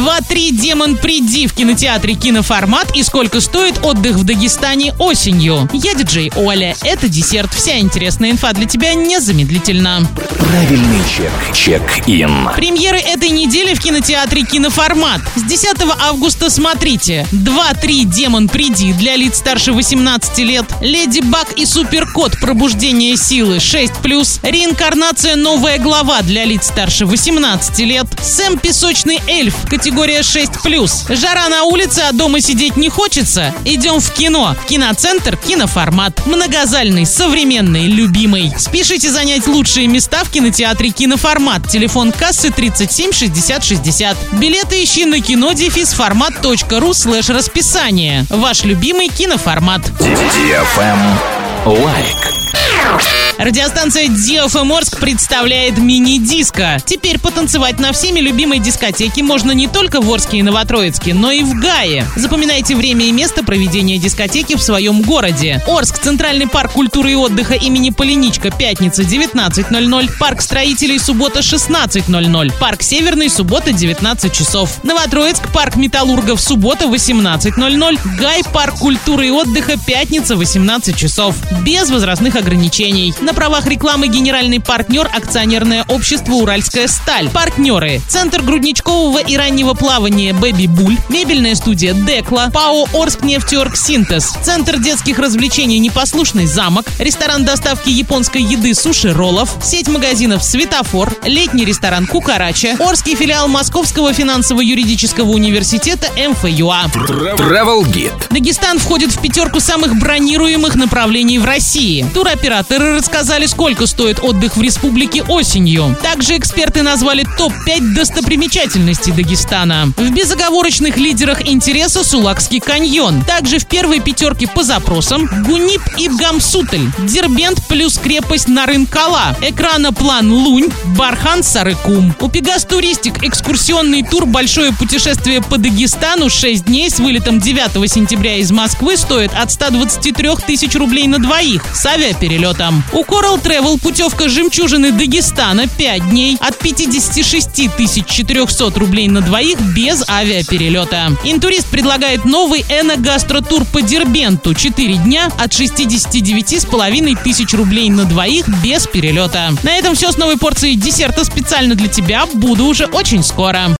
2-3 «Демон, приди» в кинотеатре «Киноформат» и сколько стоит отдых в Дагестане осенью. Я диджей Оля. Это десерт. Вся интересная инфа для тебя незамедлительно. Правильный чек. Чек-ин. Премьеры этой недели в кинотеатре «Киноформат». С 10 августа смотрите 2-3 «Демон, приди» для лиц старше 18 лет, «Леди Баг и Суперкот. Пробуждение силы» 6+, «Реинкарнация. Новая глава» для лиц старше 18 лет, «Сэм. Песочный эльф» категория 6+. Жара на улице, а дома сидеть не хочется? Идем в кино. Киноцентр «Киноформат». Многозальный, современный, любимый. Спешите занять лучшие места в кинотеатре «Киноформат». Телефон кассы 37 60 60. Билеты ищи на кино-формат.ру/расписание. Ваш любимый «Киноформат». Лайк. Радиостанция DFM Орск представляет мини-диско. Теперь потанцевать на всеми любимой дискотеке можно не только в Орске и Новотроицке, но и в Гае. Запоминайте время и место проведения дискотеки в своем городе. Орск, Центральный парк культуры и отдыха имени Полиничка, пятница 19:00, парк строителей суббота 16:00, парк Северный суббота 19 часов. Новотроицк, парк металлургов суббота 18:00, Гай, парк культуры и отдыха пятница 18 часов. Без возрастных ограничений. На правах рекламы генеральный партнер акционерное общество «Уральская сталь». Партнеры: Центр грудничкового и раннего плавания «Бэби Буль», мебельная студия «Декла», ПАО «Орскнефтеоргсинтез», Центр детских развлечений «Непослушный замок», ресторан доставки японской еды «Суши Роллов», сеть магазинов «Светофор», летний ресторан «Кукарача», Орский филиал Московского финансово-юридического университета МФЮА. Travel Guide. Дагестан входит в 5 самых бронируемых направлений в России. Туроператоры рассказали, сколько стоит отдых в республике осенью. Также эксперты назвали топ-5 достопримечательностей Дагестана. В безоговорочных лидерах интереса Сулакский каньон. Также в первой 5 по запросам Гунип и Гамсутель, Дербент плюс крепость Нарын-Кала, Экраноплан Лунь, Бархан Сарыкум. У Пегас Туристик экскурсионный тур «Большое путешествие по Дагестану» 6 дней с вылетом 9 сентября из Москвы стоит от 123 тысяч рублей на двоих с авиаперелетом. У Coral Travel путевка «Жемчужины Дагестана» 5 дней от 56 400 рублей на двоих без авиаперелета. Интурист предлагает новый эно-гастротур по Дербенту 4 дня от 69,5 тысяч рублей на двоих без перелета. На этом все с новой порцией десерта специально для тебя. Буду уже очень скоро.